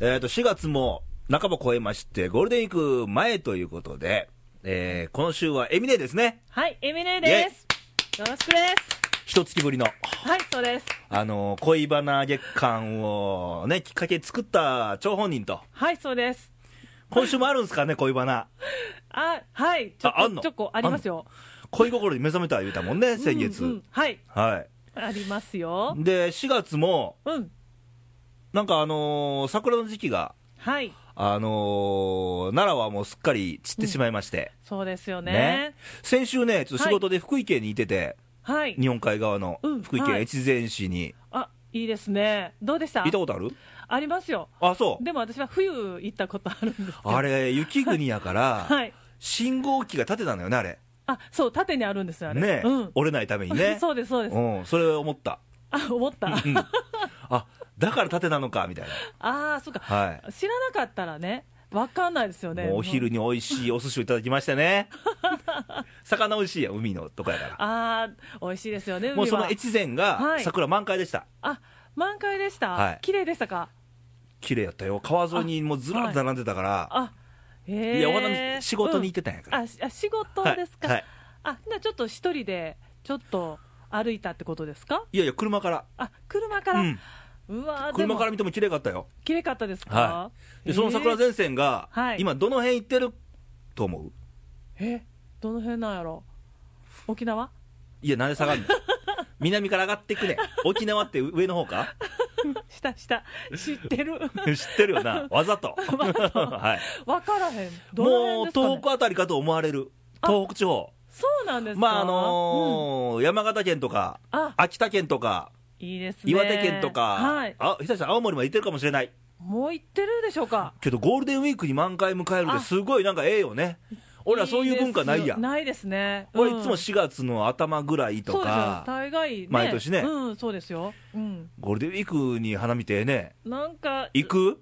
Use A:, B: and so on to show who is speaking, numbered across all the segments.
A: 4月も半ば超えまして、ゴールデンウィーク前ということで、この週はエミネですね。
B: はい、エミネです。よろしくです。
A: 一月ぶりの。
B: はい、そうです。
A: 恋バナ月間をね、きっかけに作った張本人と。
B: はい、そうです。
A: 今週もあるんですかね、恋バナ。
B: はい、ちょこありますよ。
A: 恋心に目覚めた言うたもんね、先月。
B: はい。
A: はい。
B: ありますよ。
A: で、4月も、なんか桜の時期が、
B: はい。
A: 奈良はもうすっかり散ってしまいまして、
B: そうですよね。
A: 先週ね、ちょっと仕事で福井県にいてて、
B: はい、
A: 日本海側の福井県越前市に、
B: いいですね。どうでした？
A: 行ったことある？
B: ありますよ。
A: そう。
B: でも私は冬行ったことあるんですけど、
A: あれ雪国やから、はい、信号機が縦なのよね、あれ。
B: そう、縦にあるんですよ、あれ
A: ね、折れないためにね。
B: そうです、そうです。
A: それ思った。
B: 思った。
A: だから縦なのかみたいな。
B: そうか、
A: はい、
B: 知らなかったらね、分かんないですよね。
A: もうお昼に美味しいお寿司をいただきましてね。魚美味しいやん、海のとこやから。
B: 美味しいですよね、海は。
A: もうその越前が桜満開でした。
B: 満開でした。綺麗でしたか？綺
A: 麗やったよ。川沿いにもうずらっと並んでたから。いや、お花見仕事に行ってたんやから。
B: 仕事ですか？ちょっと一人でちょっと歩いたってことですか？
A: いやいや、車から。
B: 車から。
A: 車から見ても綺麗かったよ。
B: 綺麗かったですか？
A: でその桜前線が今どの辺行ってると思う？
B: どの辺なんやろ？沖縄？
A: いや、なんで下がるの？南から上がっていくね。沖縄って上の方か？
B: 下知ってる。
A: 知ってるよな、わざと。
B: 分からへん。
A: もう東北あたりかと思われる。東北地方。
B: そうなんですか？
A: 山形県とか秋田県とか
B: いいですね、
A: 岩手県とか、久々青森まで行ってるかもしれない。
B: もう行ってるでしょうか。
A: けどゴールデンウィークに満開迎えるってすごいなんかええよね。俺らそういう文化ないやん。
B: ないですね。
A: 俺いつも4月の頭ぐらいとか、
B: 大概
A: 毎年ね。
B: そうですよ。
A: ゴールデンウィークに花見てね。
B: なんか
A: 行く？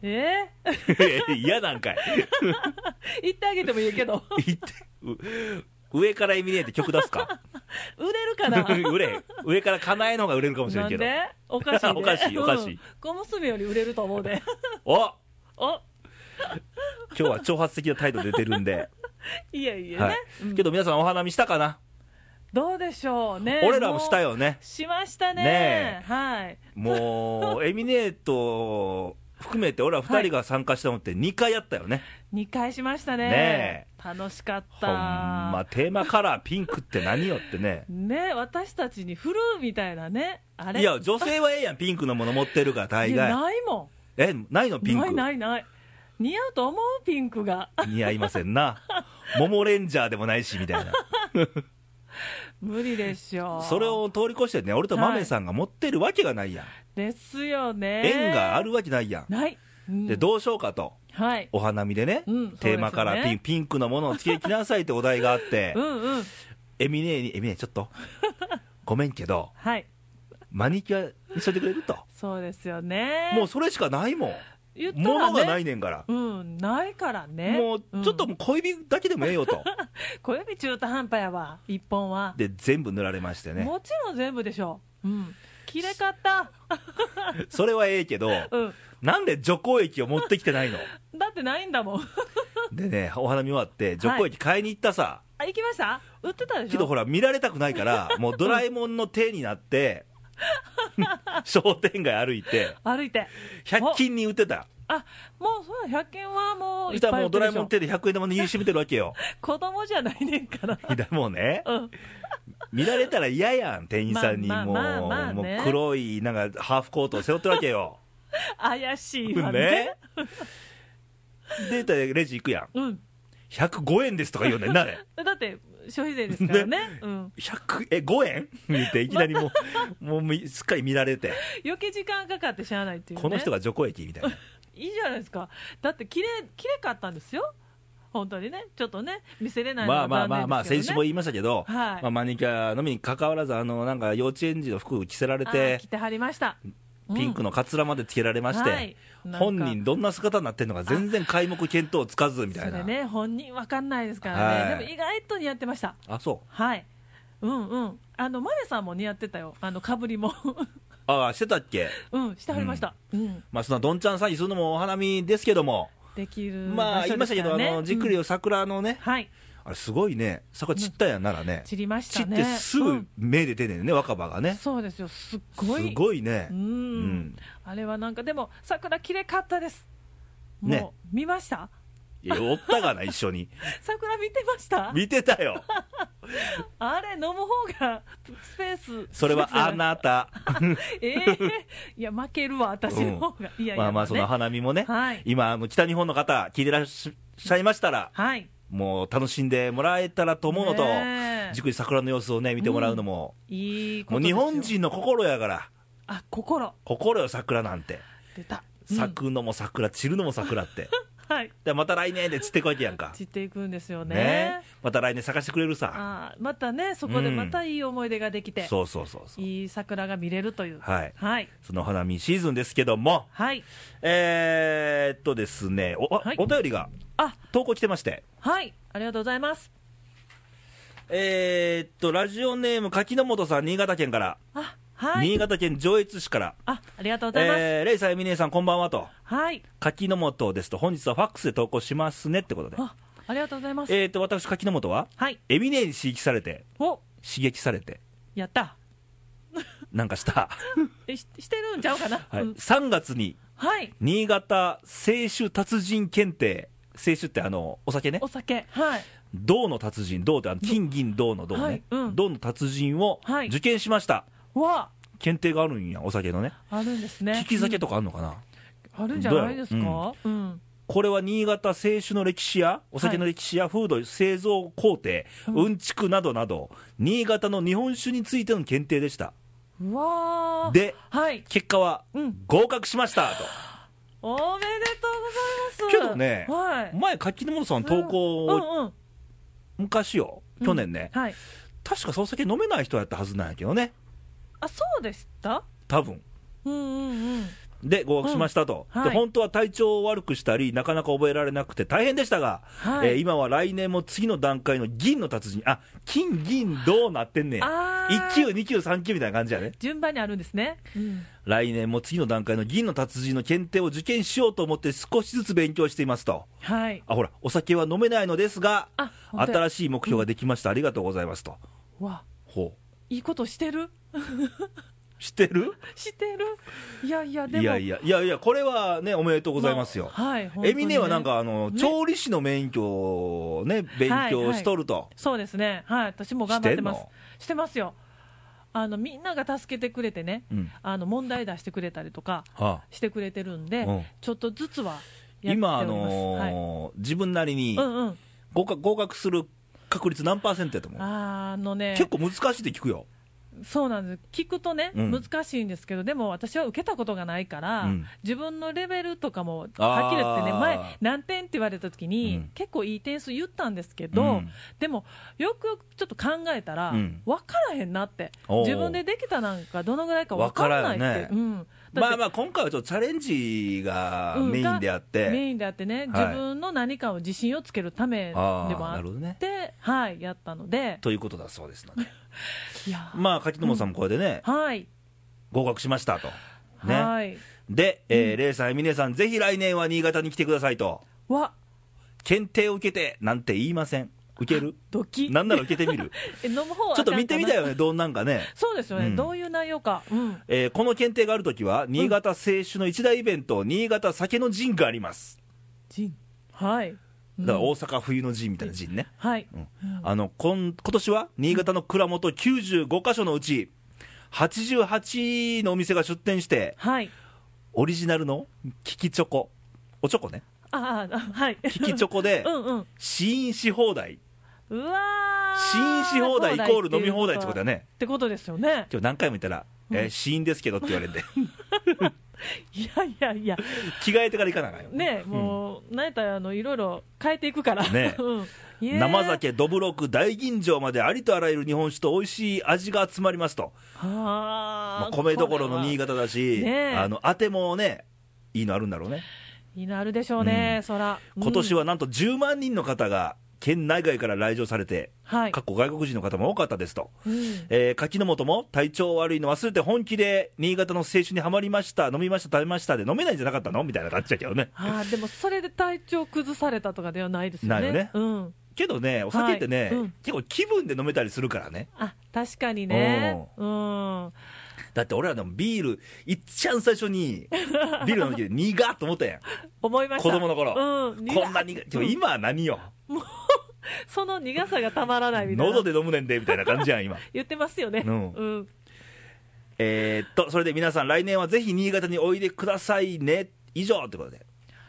A: 嫌なんかい。
B: 行ってあげてもいいけど。
A: 上からエミネって曲出すか？
B: 売れるかな？
A: 上からかなえの方が売れるかもしれんけど。
B: なんで？おかしいね。
A: おかしい。
B: 小娘より売れると思うで。
A: 今日は挑発的な態度出てるんで。
B: いやいやね。
A: けど皆さんお花見したかな？
B: どうでしょうね。
A: 俺らもしたよね。
B: しましたね。はい。
A: もうエミネート含めて俺ら2人が参加したのって2回やったよね。
B: 2回しましたね。楽しかった。
A: ほんまテーマカラーピンクって何よってね。
B: 私たちに振るみたいなね。
A: いや女性はええやん、ピンクのもの持ってるから大概。
B: ないも
A: ん。ないのピンク？
B: ない。似合うと思う？ピンクが
A: 似合いませんな。モモレンジャーでもないしみたいな。
B: 無理でしょう。
A: それを通り越してね、俺とマメさんが持ってるわけがないやん。
B: ですよね。
A: 縁があるわけないやん。
B: ない。
A: でどうしようかと、お花見でね、テーマカラーピンクのものをつけてきなさいってお題があって、エミネちょっとごめんけど、マニキュアにしといてくれると。
B: そうですよね。
A: もうそれしかないもん。物がないねんから。
B: ないからね。
A: もうちょっと小指だけでもええよと。
B: 小指中途半端やわ、一本は。
A: で全部塗られましてね。
B: もちろん全部でしょ。きれかった。
A: それはええけど、なんで除光液を持ってきてないの？
B: だってないんだもん。
A: でね、お花見終わって除光液買いに行ったさ。
B: 行きました？売ってたでしょ。
A: けどほら見られたくないからもうドラえもんの手になって商店街歩いて100均に売ってた。
B: もうそう100均はもういっ
A: そした
B: ぱい売ってるでしょ。
A: らもうドラえもん手で100円玉握りしめてるわけよ。
B: 子供じゃないねんから。
A: もうね、見られたら嫌やん、店員さんに。もう黒いなんかハーフコートを背負ってるわけよ。
B: 怪しいわね。
A: でレジ行くやん、105円ですとか言うねんな。だ
B: って消費税ですからね。
A: 5円言っていきなりもうすっかり見られて、
B: 余計時間かかってしゃあないっていうね。
A: この人が除光液みたいな。
B: いいじゃないですか。だってきれかったんですよ、本当にね。ちょっとね見せれないのが残念ですけどね。
A: 先週も言いましたけど、マニキュアのみにかかわらずなんか幼稚園児の服着せられて、
B: 着てはりました。
A: ピンクのカツラまでつけられまして、本人どんな姿になってるのか全然皆目見当つかずみたいな。
B: それね、本人わかんないですからね。でも意外と似合ってました。
A: そう。
B: マネさんも似合ってたよ、かぶりも。
A: ああ、してたっけ。
B: してはりました。
A: まあそんなどんちゃん詐欺するのもお花見ですけども、
B: できる
A: まあ言いましたけど、じっくり桜のね、
B: はい、
A: あれすごいね、桜散ったやんならね、
B: 散りましたね。
A: 散ってすぐ芽出てんねんね、若葉がね。
B: そうですよ、すごいね。あれはなんかでも桜きれかったです。もう見ました？
A: いや、おったがな、一緒に。
B: 桜見てました？
A: 見てたよ。
B: あれ、飲む方がスペース。
A: それはあなた。
B: いや、負けるわ、私の方が。
A: まあまあ、その花見もね、今、北日本の方、聞いてらっしゃいましたら、もう楽しんでもらえたらと思うのと、じっくり桜の様子をね、見てもらうのも、もう日本人の心やから。
B: あ、心
A: よ、桜なんて。
B: 出た。
A: 咲くのも桜、散るのも桜って。
B: はい、
A: でまた来年で散っていくわけやんか。
B: 散っていくんですよ ね。
A: また来年咲かしてくれるさ。
B: またね、そこでまたいい思い出ができて、いい桜が見れるという、
A: その花見シーズンですけども、ですね、お便りが投稿来てまして、
B: ありがとうございます。
A: ラジオネーム柿本さん、新潟県から。新潟県上越市から。
B: ありがとうございます。
A: レイさん、エミネさん、こんばんはと。柿本ですと、本日はファックスで投稿しますねってことで。
B: ありがとうございます。
A: 私、柿本は、エミネに刺激されて、
B: やった。
A: なんかした
B: してるんちゃうかな。
A: 3月に、新潟清酒達人検定、清酒ってお酒ね。
B: お酒。
A: 銅の達人、銅って金銀銅の銅ね。銅の達人を受験しました。検定があるんや、お酒のね。
B: あるんですね。
A: 利き酒とかあるのかな。
B: あるんじゃないですか。
A: これは新潟清酒の歴史やお酒の歴史や風土製造工程、うんちくなどなど新潟の日本酒についての検定でした。で、結果は合格しましたと。
B: おめでとうございます。
A: けどね、前柿本さん投稿、昔よ、去年ね、確かその酒飲めない人やったはずなんやけどね。
B: そうでした？
A: 多分。で合格しましたと、で本当は体調を悪くしたりなかなか覚えられなくて大変でしたが、今は来年も次の段階の銀の達人、金銀銅なってんねん。1級2級3級みたいな感じやね。
B: 順番にあるんですね。
A: 来年も次の段階の銀の達人の検定を受験しようと思って少しずつ勉強していますと。ほら、お酒は飲めないのですが新しい目標ができました、ありがとうございますと。
B: いいことしてる
A: してる。
B: いや
A: いやこれはね、おめでとうございますよ。エミネはなんか調理師の免許をね勉強しとると。
B: そうですね。私も頑張ってます。してますよ。みんなが助けてくれてね、問題出してくれたりとかしてくれてるんで、ちょっとずつはやっております。
A: 今自分なりに合格する確率何%やと思う？結構難しいって聞くよ。
B: そうなんです。聞くとね、難しいんですけど、でも私は受けたことがないから、自分のレベルとかもはっきり言ってね、前何点って言われた時に、結構いい点数言ったんですけど、でもよくよくちょっと考えたら、分からへんなって、自分でできたなんかどのぐらいか分からないって。
A: まあ今回はちょっとチャレンジがメインであって、
B: ね、自分の何かを自信をつけるためでもあって、やったので
A: ということだそうですのでまあ柿本さんもこれでね、合格しましたとね。で、レイさん、エミネさん、ぜひ来年は新潟に来てくださいと。検定を受けてなんて言いません。受ける？なんなら受けてみる？
B: 飲む方は
A: ちょっと見てみたいよね、どんなんかね。
B: そうですよね、どういう内容か。
A: この検定があるときは、新潟清酒の一大イベント、新潟酒の陣があります。
B: 陣。
A: だから大阪冬の陣みたいな陣ね。今年は新潟の蔵元95カ所のうち88のお店が出店して、オリジナルの利きチョコ、おチョコね。利きチョコで試飲し放題。試飲し放題イコール飲み放題ってことだね。
B: ってことですよね。
A: 今日何回も言ったら、試飲ですけどって言われて
B: いや
A: 着替えてから行かなあかんよ
B: ね。もうなんやったらいろいろ変えていくからね。
A: 生酒、どぶろく、大吟醸までありとあらゆる日本酒と美味しい味が集まりますと。米どころの新潟だし、あてもねいいのあるんだろうね。
B: いいのあるでしょうね。そら
A: 今年はなんと10万人の方が県内外から来場されて、過去外国人の方も多かったですと、柿の本も体調悪いの忘れて本気で新潟の青春にはまりました、飲みました、食べましたで、飲めないんじゃなかったのみたいな感じだけどね。
B: でもそれで体調崩されたとかではないですよね。
A: ないよね、けどね、お酒ってね、結構気分で飲めたりするからね。
B: 確かにね。
A: だって俺らのビールいっちゃん最初にビール飲んで苦っと思ったやん。
B: 思いました。
A: 子供の頃、こんな苦い、今は何よ、
B: もうその苦さがたまらないみたいな、
A: 喉で飲むねんでみたいな感じやん今
B: 言ってますよね。そ
A: れで皆さん来年はぜひ新潟においでくださいね、以上ということで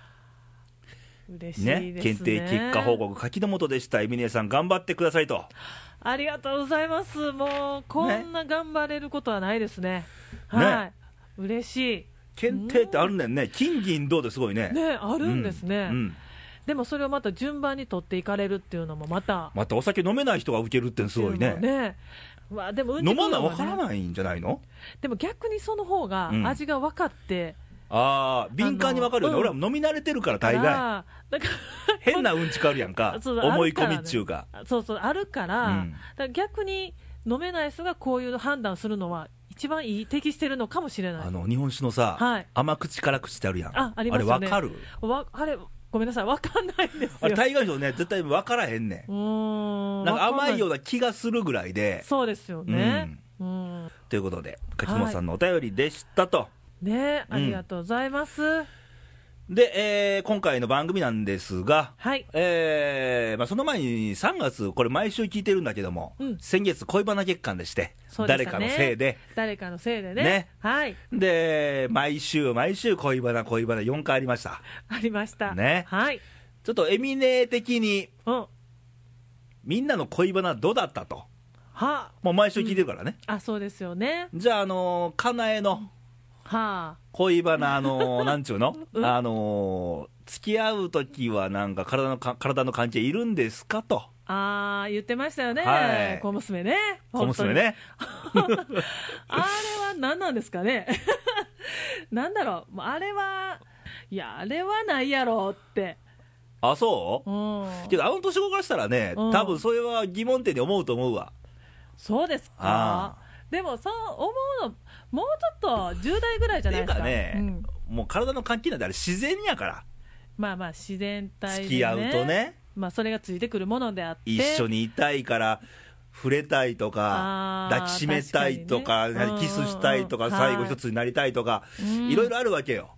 B: 嬉しいですね。
A: 検定結果報告柿の本でした。エミネさん頑張ってくださいと。
B: ありがとうございます。もうこんな頑張れることはないですね。嬉しい。
A: 検定ってあるねんね。金銀銅ですごいね。
B: あるんですね。でもそれをまた順番に取っていかれるっていうのもまた
A: お酒飲めない人が受けるってすごいね。
B: でも
A: 飲まない分からないんじゃないの。
B: でも逆にその方が味が分かって、
A: 敏感に分かるよね。俺は飲み慣れてるから大概変なうんちかあるやんか、思い込みっちゅうか。
B: あるから、逆に飲めない人がこういう判断するのは一番いい適してるのかもしれない。
A: 日本酒のさ、甘口辛口ってあるやん。
B: ありますよね。
A: あれ分かる？
B: あれごめんなさい、分かんないんですよ。
A: あれ大概の人ね絶対分からへんねん。なんか甘いような気がするぐらいで。
B: そうですよね。
A: ということで柿本さんのお便りでしたと。
B: ありがとうございます。
A: で、今回の番組なんですが、その前に3月、これ毎週聞いてるんだけども、先月恋バナ月間でして、誰かのせいでね、で毎週恋バナ4回ありました。ね、ちょっとエミネ的に、みんなの恋バナどうだったと、もう毎週聞いてるからね。
B: そうですよね。
A: じゃあ、かなえの恋バナ、なんちゅうの、付き合うときはなんか体の関係いるんですかと。
B: 言ってましたよね、小娘ね。
A: 小娘ね
B: あれは何なんですかねなんだろう、あれはないやろって。
A: そうけど、あの年頃からしたらね、多分それは疑問点に思うと思うわ。
B: そうですか。でもそう思うのもうちょっと10代ぐらいじゃないですか。
A: もう体の関係なんてあれ自然やから。
B: 自然体で、
A: 付き合うとね、
B: それがついてくるものであって、
A: 一緒にいたいから触れたいとか抱きしめたいとか、キスしたいとか、最後一つになりたいとか、いろいろあるわけよ。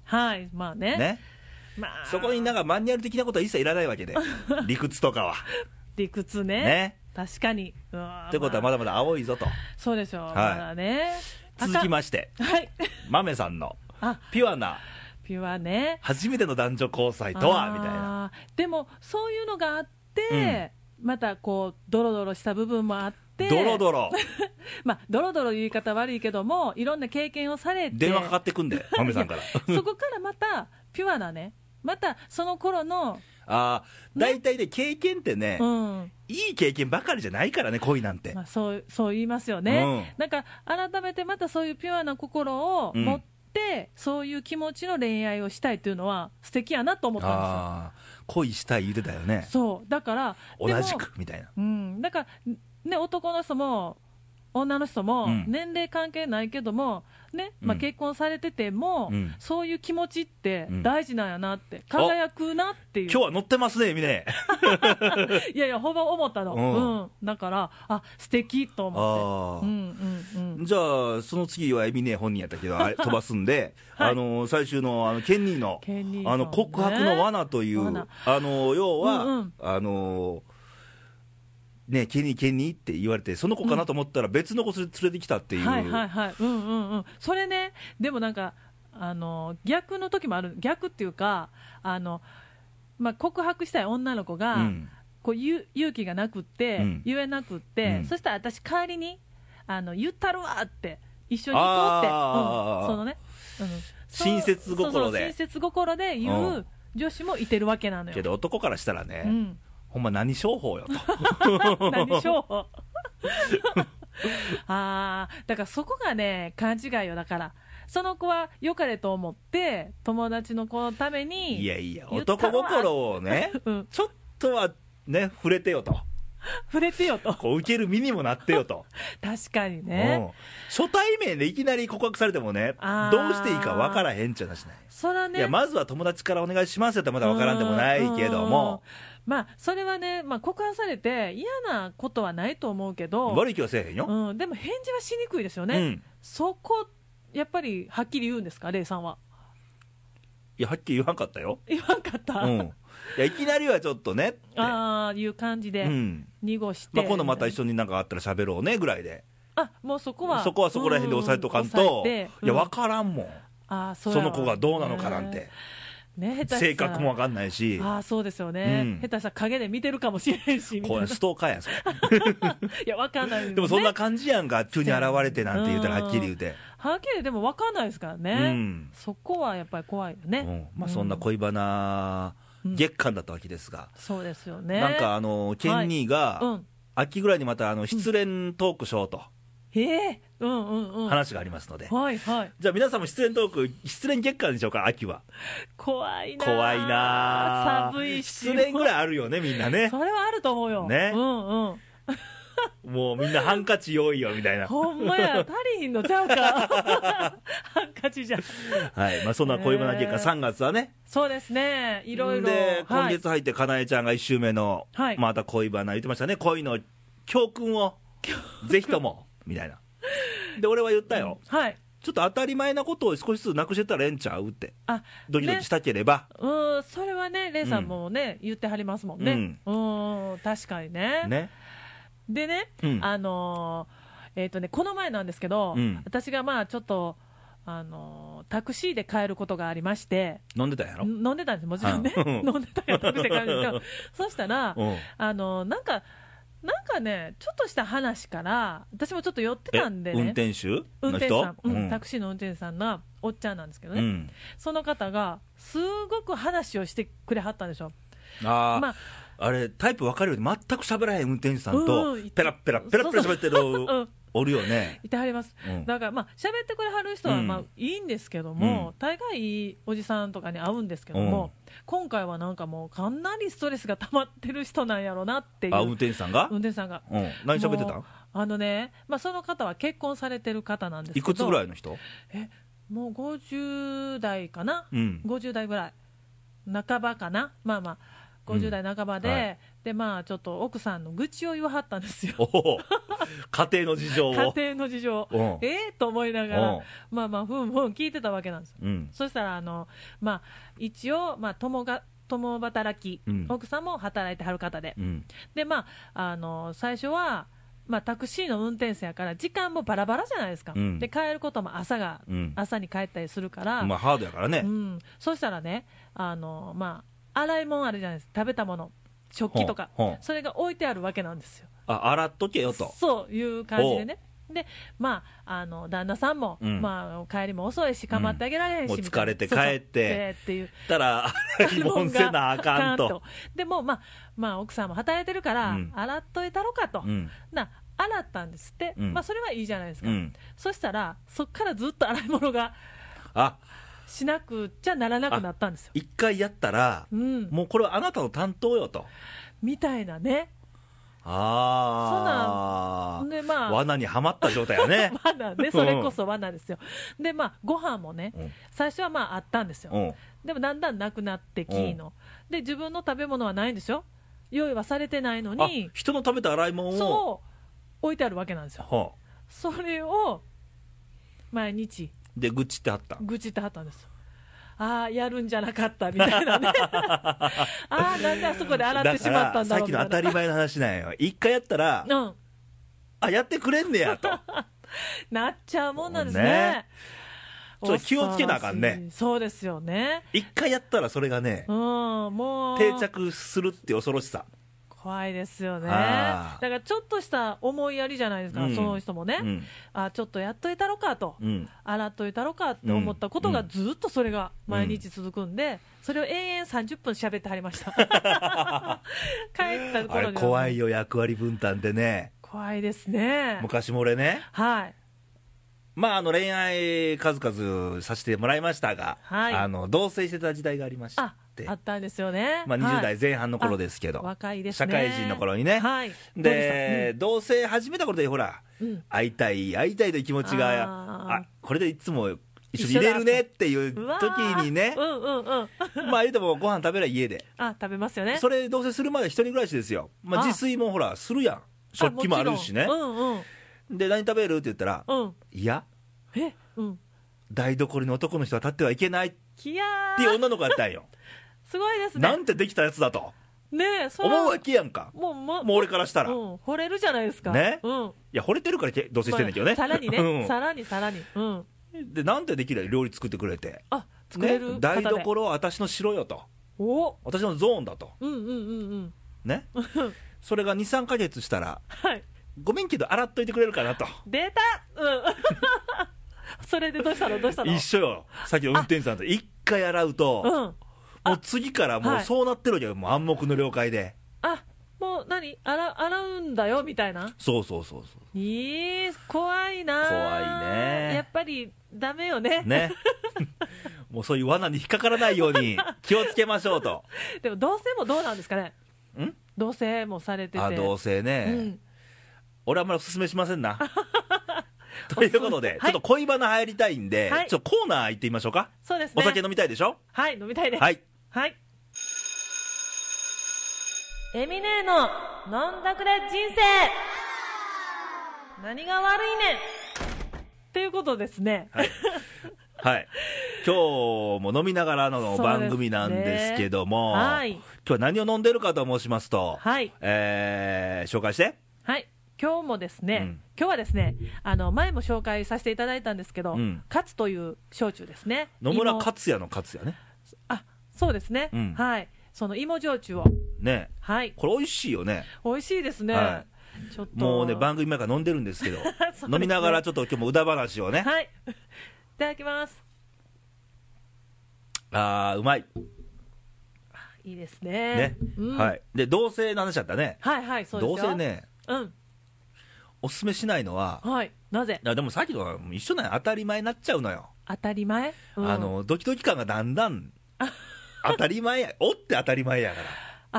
A: そこになんかマニュアル的なことは一切いらないわけで理屈とかは。
B: 理屈ね、確かに。
A: ということはまだまだ青いぞと。
B: そうでしょう、まだね。
A: 続きまして、豆さんのピュアね、初めての男女交際とはみたいな。
B: でもそういうのがあって、またこうドロドロした部分もあって、
A: ドロドロ
B: ドロドロ言い方悪いけども、いろんな経験をされて、
A: 電話かかってくんで豆さんから
B: そこからまたピュアなね、またその頃の
A: 大体で経験ってね、いい経験ばかりじゃないからね、恋なんて。
B: そう言いますよね。なんか改めてまたそういうピュアな心を持って、そういう気持ちの恋愛をしたいというのは素敵やなと思ったんですよ。
A: 恋したい言うてたよね。
B: そうだから
A: 同じくみたいな。
B: だからね、男の人も女の人も年齢関係ないけどもね、結婚されてても、そういう気持ちって大事なんやなって、輝くなっていう。
A: 今日は乗ってますね、みね
B: いやほぼ思ったの。だから素敵と思
A: って。じゃあその次はエミネ本人やったけど飛ばすんで、最終のケンニーの告白の罠という、要はケニーって言われて、その子かなと思ったら別の子連れてきたっていう。
B: それね、でもなんか逆の時もある。逆っていうか告白したい女の子が、こう勇気がなくって、言えなくって、そしたら私代わりに言ったるわって一緒に行こうって、そのね、
A: 親切
B: 心で言う女子もいてるわけなのよ。
A: けど男からしたらね、ほんま何商法よと
B: 何商法だからそこがね勘違いよ。だからその子は良かれと思って友達の子のために
A: いや男心をね、ちょっとはね、触れてよと
B: 触れてよと
A: こう受ける身にもなってよと
B: 確かにね、
A: 初対面でいきなり告白されてもね、どうしていいか分からへんっちゃなしない。
B: そらね、
A: いやまずは友達からお願いしますってまだ分からんでもないけども、
B: まあそれはね、まあ、告白されて嫌なことはないと思うけど、
A: 悪い気はせえへんよ、
B: でも返事はしにくいですよね、そこやっぱりはっきり言うんですか、レイさんは。
A: いやはっきり言わんかったよ。
B: 言わんかった、
A: いやいきなりはちょっとねって
B: いう感じで濁して、
A: まあ、今度また一緒になんかあったら喋ろうねぐらいで、
B: もうそこは
A: そこら辺で押さえとかんと、いや分からんもん、その子がどうなのかなんて、ね、性格も分かんないし、
B: そうですよね、下手したら陰で見てるかもしれんしみたいな、
A: これストーカーやんそれ
B: いや分かんないよ、ね、
A: でもそんな感じやんか、急に現れてなんて言うたらはっきり言うて、
B: はっきりでも分かんないですからね、そこはやっぱり怖いよね、
A: まあ、そんな恋バナ月間だったわけですが、
B: そうですよね、
A: なんかケンニーが、秋ぐらいにまた失恋トークしようと、話がありますので、じゃあ皆さんも失恋トーク、失恋月間でしょうか、秋は。
B: 怖いな、寒いし、
A: 失恋ぐらいあるよね、みんなね。
B: それはあると思うよ。ね、
A: もうみんなハンカチ用意よみたいな。
B: ほんまや、足りひんのちゃうか、ハンカチじゃ。
A: はい、まあそんな恋バナ月間、3月はね。
B: そうですね、いろいろ。
A: で、今月入ってかなえちゃんが1週目の、また恋バナ言ってましたね、恋の教訓をぜひともみたいな。で俺は言ったよ、ちょっと当たり前なことを少しずつなくしてたらええんちゃうって、ドキドキしたければ、
B: それはね、レイさんもね、言ってはりますもんね、確かにね。でね、この前なんですけど、私がまあちょっとタクシーで帰ることがありまして、
A: 飲んでたんやろ。
B: 飲んでたんです、もちろんね、飲んでたんや、タクシーで帰るんですけど、そしたらなんかね、ちょっとした話から、私もちょっと寄ってたんでね、
A: 運転手の
B: 人、タクシーの運転手さんがおっちゃんなんですけどね、その方がすごく話をしてくれはったんでしょ。
A: あれタイプ分かるように全く喋らへん運転手さんと、ペラッペラ喋ってるおるよね。
B: いてはります。だからまあ喋ってくれはる人はまあいいんですけども、大概いいおじさんとかに会うんですけども、今回はなんかもうかなりストレスが溜まってる人なんやろうなっていう。
A: 運転手さんが
B: 何
A: 喋ってた
B: ん？その方は結婚されてる方なんですけど、
A: いくつぐらいの人？
B: もう50代かな、50代ぐらい半ばかな、まあまあ50代半ばで、でまあちょっと奥さんの愚痴を言わはったんですよ。
A: 家庭の事情を。
B: と思いながら、まあまあふんふん聞いてたわけなんですよ。そしたらまあ一応まあ共働き、奥さんも働いてはる方で、でまあ最初はまあ、タクシーの運転手やから時間もバラバラじゃないですか、で帰ることも朝に帰ったりするから、
A: まあハードやからね、
B: そしたらねまあ洗い物あるじゃないですか、食べたもの、食器とか、それが置いてあるわけなんですよ。
A: 洗っとけよと、
B: そういう感じでね。でまあ旦那さんも、まあ、帰りも遅いし構ってあげられへんし、
A: もう疲れて帰ってっていうたら洗い物せなあかんと。
B: でもまあ奥さんも働いてるから、洗っといたろかと、洗ったんですって、まあそれはいいじゃないですか、そしたらそっからずっと洗い物がしなくちゃならなくなったんですよ。
A: 一回やったら、もうこれはあなたの担当よと
B: みたいなね。
A: でまあ、罠にはまった状態やね。
B: 罠ね、それこそ罠ですよ。でまあご飯もね、最初はまああったんですよ。でもだんだんなくなってきの、で自分の食べ物はないんですよ。用意はされてないのに、
A: 人の食べた洗い物を
B: 置いてあるわけなんですよ。それを毎日
A: で愚痴ってはったん
B: ですよ。やるんじゃなかったみたいなね。なんであそこで洗ってしまったんだろうみたいな。
A: さっきの当たり前の話なんよ。一回やったら、やってくれんねやと
B: なっちゃうもんなんですね。
A: ちょっと気をつけなあかんね。
B: そうですよね。
A: 一回やったらそれがね、
B: もう
A: 定着するって恐ろしさ。
B: 怖いですよね。だからちょっとした思いやりじゃないですか、その人もね、ちょっとやっといたろかと、洗っといたろかって思ったことがずっとそれが毎日続くんで、それを延々30分喋ってはりました。帰った頃に
A: 怖いよ、役割分担でね。
B: 怖いですね。
A: 昔も俺ね、まあ恋愛数々させてもらいましたが、同棲してた時代がありました。 て
B: あったんですよね。
A: 20代前半の頃ですけど、
B: 若いですね、
A: 社会人の頃にね、で同棲始めた頃でほら、会いたいという気持ちが、これでいつも一緒に入れるねっていう時にね、まあ言うてもご飯食べりゃ家で
B: 食べますよね。
A: それ同棲するまで一人暮らしですよ。自炊もほらするやん、食器もあるしね。で何食べるって言ったら、いや台所に男の人は立ってはいけないっていう女の子やったんよ。
B: すごいですね。
A: なんてできたやつだと
B: ね、
A: 思うわけやんか。もう俺からしたら
B: 惚れるじゃないですか
A: ね。いや惚れてるから同棲してんねんけどね。
B: さらにね、さらに
A: でなんてできる料理作ってくれて、
B: 作れる
A: 台所は私の城よと、私のゾーンだとね。それが 2,3 ヶ月したら、ごめんけど洗っといてくれるかなと。
B: 出た。それでどうしたの
A: 一緒よ、さっきの運転手さんと一回洗うと、もう次からもうそうなってるわけよ、もう暗黙の了解で。
B: もう洗うんだよみたいな。
A: そう
B: 怖いな。
A: 怖いね。
B: やっぱりダメよね。
A: もうそういう罠に引っかからないように気をつけましょうと。
B: でも同棲もどうなんですかね。同棲もされてて。
A: 同棲ね、俺はあんまりおすすめしませんな。ということで、ちょっと恋バナ入りたいんで、ちょっとコーナー行ってみましょうか。
B: そうですね。
A: お酒飲みたいでしょ。
B: 飲みたいです。エミネの飲んだくれ人生、何が悪いねんっていうことですね。
A: 今日も飲みながらの番組なんですけども、今日は何を飲んでるかと申しますと、紹介して。
B: 今日もですね、今日はですね、前も紹介させていただいたんですけど、勝という焼酎ですね。
A: 野村克也の勝也ね。
B: そうですね。その芋焼酎を
A: ね、これ美味しいよね。
B: 美味しいですね。ちょっと
A: もうね、番組前から飲んでるんですけど、飲みながらちょっと今日もうだ話をね。
B: いただきます。
A: うまい。
B: いいですね。
A: で同棲の話だったね。
B: そうですよ。
A: 同棲ね、おすすめしないのは、
B: なぜ。
A: でもさっきの一緒なんや、当たり前になっちゃうのよ。
B: 当たり前。
A: ドキドキ感がだんだん当たり前や、おって当たり前やから。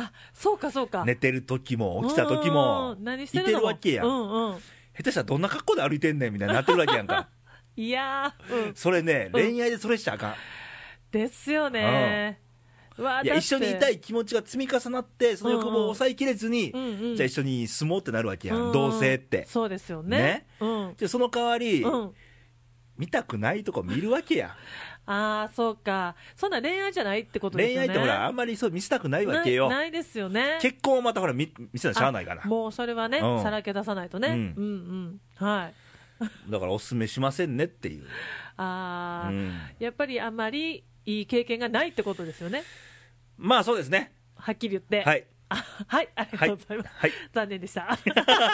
B: そうか。
A: 寝てる時も起きた時もいてるわけやん。下手したらどんな格好で歩いてんねんみたいになってるわけやんか。
B: いや
A: それね、恋愛でそれしちゃあかん
B: ですよね。
A: いや、一緒にいたい気持ちが積み重なって、その欲望を抑えきれずに、じゃあ一緒に住もうってなるわけやん、同棲って。
B: そうですよね。
A: じゃあその代わり、見たくないとこ見るわけや。
B: そうか。そんな恋愛じゃないってことですよね。
A: 恋愛ってほら、あんまりそう見せたくないわけよ。
B: ないですよね。
A: 結婚をまたほら見せなしゃあないから。
B: もうそれはね、さらけ出さないとね。
A: だからおすすめしませんねっていう。
B: やっぱりあんまりいい経験がないってことですよね。
A: まあそうですね。
B: はっきり言って。ありがとうございます。残念でした。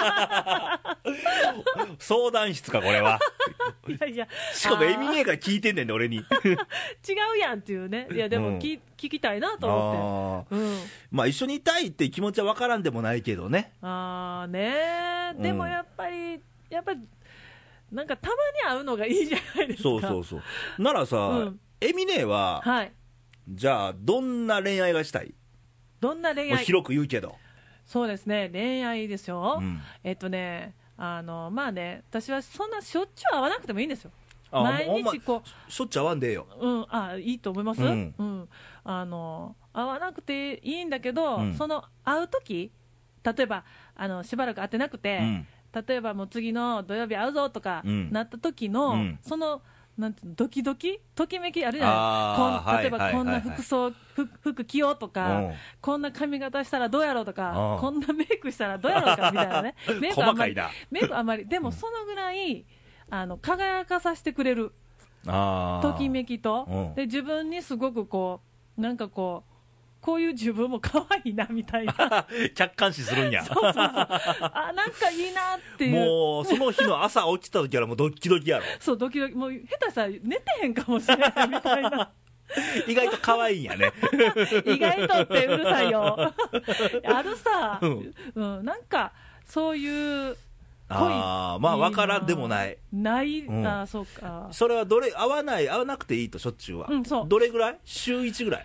A: 相談室かこれは。しかもエミネーから聞いてんねんね、俺に。違
B: うやんっていうね。いやでも聞きたいなと思って。
A: まあ一緒にいたいっていう気持ちは分からんでもないけどね。
B: でもやっぱりなんかたまに会うのがいいじゃないですか。
A: そうならさ、エミネーはじゃあどんな恋愛がしたい？
B: どんな恋愛？
A: 広く言うけど。
B: そうですね、恋愛ですよ。まあね、私はそんなしょっちゅう会わなくてもいいんですよ。毎日こう
A: しょっちゅう会わんでええよ。
B: いいと思います。会わなくていいんだけど、その会う時、例えばしばらく会ってなくて、例えばもう次の土曜日会うぞとかなった時の、そのなんていうの、ドキドキときめきあるじゃない。例えばこんな服着ようとか、こんな髪型したらどうやろうとか、こんなメイクしたらどうやろうかみたいなね。メイクあんまりでもそのぐらい輝かさせてくれるときめきと、で自分にすごくこうなんかこういう自分も可愛いなみたいな
A: 客観視するんや。
B: なんかいいなっていう。
A: もうその日の朝起きた時からもうドキドキやろ。
B: そう、ドキドキ。もう下手したら寝てへんかもしれないみたいな。
A: 意外と可愛いんやね。
B: 意外とってうるさいよ。あるさ、なんかそういう
A: まあ分からんでもない。
B: そうか。
A: それは合わなくていいと、しょっちゅうは。どれぐらい？週1ぐらい？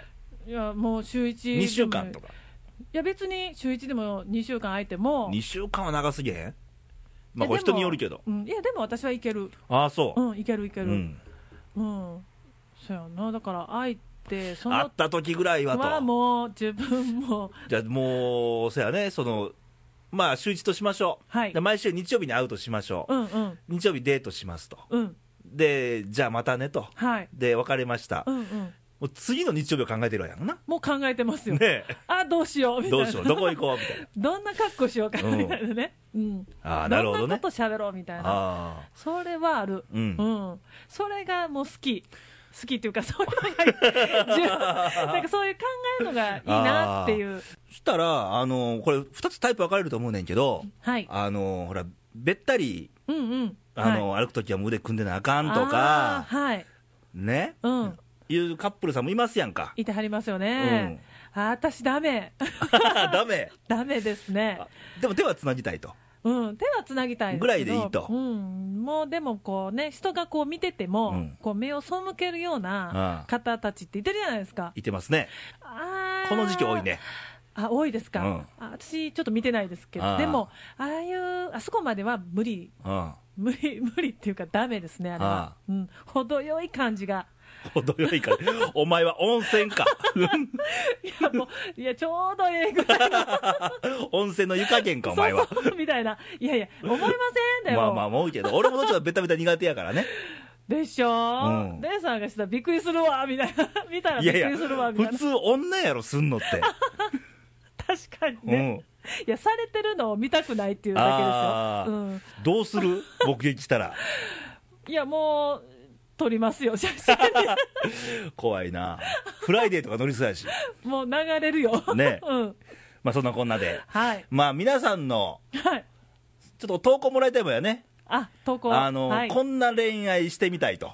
B: いやもう週1、
A: 2週間とか。
B: いや別に週1でも2週間空いても。
A: 2週間は長すぎへん？まあこれ人によるけど。
B: いやでも私はいける。
A: ああそう。
B: いけるいける。そうやな。だから空いて
A: その会った時ぐらいはと。
B: もう自分も。
A: じゃあもうそうやね、まあ週1としましょう。はい。毎週日曜日に会うとしましょう。日曜日デートしますと。でじゃあまたねと。はい。で別れました。もう次の日曜日を考えてるわやんな。
B: もう考えてますよ。ね。どうしようみたいな。
A: どうしよう、どこ行こうみたいな。
B: どんな格好しようかみたいなね。
A: なるほどね。
B: どんなこと喋ろうみたいな。それはある。それがもう好きっていうか、そういうのがなんかそういう考えるのがいいなっていう。
A: そしたらこれ2つタイプ分かれると思うねんけど、はい、ほらべったり、歩くときは腕組んでなあかんとか、はい、ね、いうカップルさんもいますやんか。
B: いてはりますよね。私ダメダメですね。
A: でも手はつなぎたいと。
B: 手はつなぎたい
A: ぐらいでいいと。
B: もうでもこうね、人がこう見てても、こう目を背けるような方たちっていてるじゃないですか。
A: いてますね。この時期多いね。
B: 多いですか。私ちょっと見てないですけど、でもあそこまでは無理っていうかダメですね、あれは。程よい感じが。
A: 程よいかお前は温泉か
B: いやちょうどええぐらいの
A: 温泉の湯加減かお前は
B: そうみたいな。いや思いませんだよ。
A: まあ思うけど、俺もどっちかベタベタ苦手やからね。
B: でしょ。レイさんがしたらびっくりするわみたいな。見たらびっくりするわみたいな。
A: 普通女やろすんのって
B: 確かにね。いやされてるのを見たくないっていうだけですよ。
A: どうする目撃したら。
B: いやもう撮りますよ写真
A: 怖いな。フライデーとか乗りそうやし
B: もう流れるよね。
A: まあそんなこんなで、
B: ま
A: あ皆さんのちょっと投稿もらいたいもんやね。
B: 投稿
A: こんな恋愛してみたいと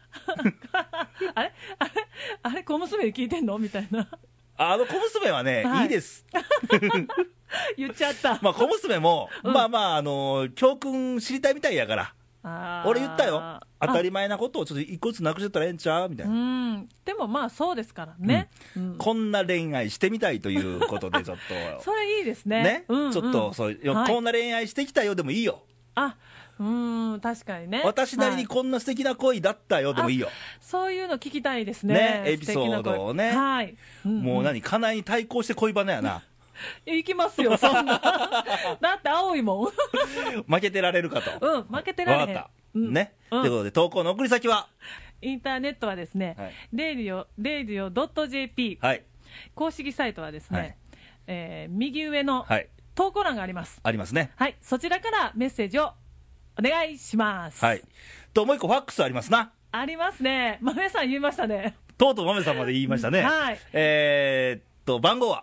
B: あれ小娘で聞いてんのみたいな。
A: 小娘はね、いいです
B: 言っちゃった。
A: まあ小娘も教訓知りたいみたいやから、俺言ったよ。当たり前なことをちょっと一個ずつなくしてったらええんちゃうみたいな。
B: でもまあそうですからね。
A: こんな恋愛してみたいということでちょっと
B: それいいですね。
A: ちょっとこんな恋愛してきたよでもいいよ。
B: 確かにね。
A: 私なりにこんな素敵な恋だったよでもいいよ。
B: そういうの聞きたいですね。
A: エピソードをね。もう家内に対抗して恋バナやな。
B: 行きますよそんな。だって青いもん。
A: 負けてられるかと。
B: 負けてられへん。
A: 分かったね。ということで投稿の送り先は
B: インターネットはですね、radio.jp、公式サイトはですね、右上の投稿欄があります。
A: ありますね。
B: そちらからメッセージをお願いします。
A: ともう一個ファックスありますな。
B: ありますね。豆さん言いましたね。
A: とうとう豆さんまで言いましたね。番号は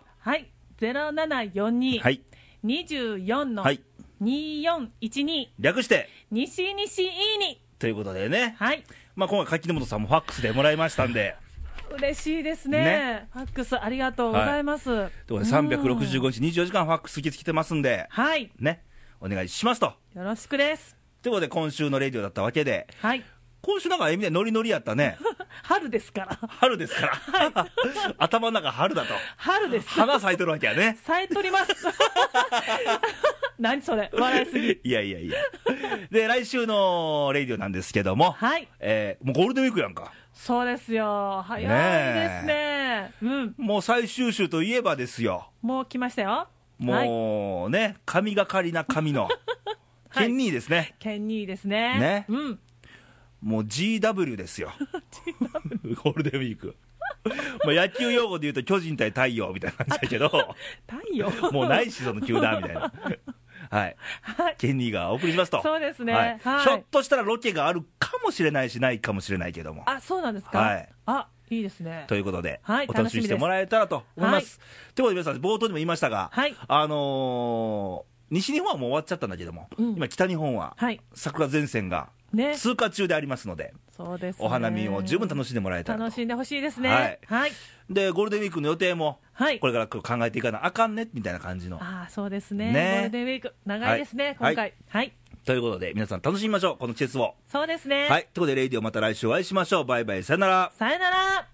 B: 0742-24の2412、
A: 略して
B: 西いいに
A: ということでね。今回柿本さんもファックスでもらいましたんで
B: 嬉しいですね。ファックスありがとうございます。という
A: ことで365日24時間ファックス受け付けてますんで、ね、お願いしますと。
B: よろしくです。
A: ということで今週のレディオだったわけで、今週なんかエミでノリノリやったね。
B: 春ですから。
A: 春ですから。頭の中春だと。
B: 春です。
A: 花咲いとるわけやね。
B: 咲いとります。何それ笑いすぎ。
A: いや。で来週のレディオなんですけども、もうゴールデンウィークやんか。
B: そうですよ。早いですね。
A: もう最終週といえばですよ。
B: もう来ましたよ。
A: もうね、神がかりな神のケンニーですね。
B: ケンニーですね。
A: もう GW ですよ。ゴールデンウィーク。野球用語で言うと巨人対太陽みたいな感じだけど、
B: 太陽
A: もうないしその球団みたいな。ケンニーがお送りしますと。
B: そうですね。
A: ひょっとしたらロケがあるかもしれないしないかもしれないけども。
B: そうなんですか。いいですね。
A: ということで、お楽しみしてもらえたらと思います。ということで皆さん冒頭にも言いましたが、西日本はもう終わっちゃったんだけども、今北日本は桜前線が通過中でありますので、お花見を十分楽しんでもらえたらと。
B: 楽しんでほしいですね。
A: でゴールデンウィークの予定もこれから考えていかなあかんねみたいな感じの。
B: そうですね。ゴールデンウィーク長いですね今回。
A: ということで皆さん楽しみましょうこの季節を。
B: そうですね。
A: ということでレイディオまた来週お会いしましょう。バイバイ、さよなら。
B: さよなら。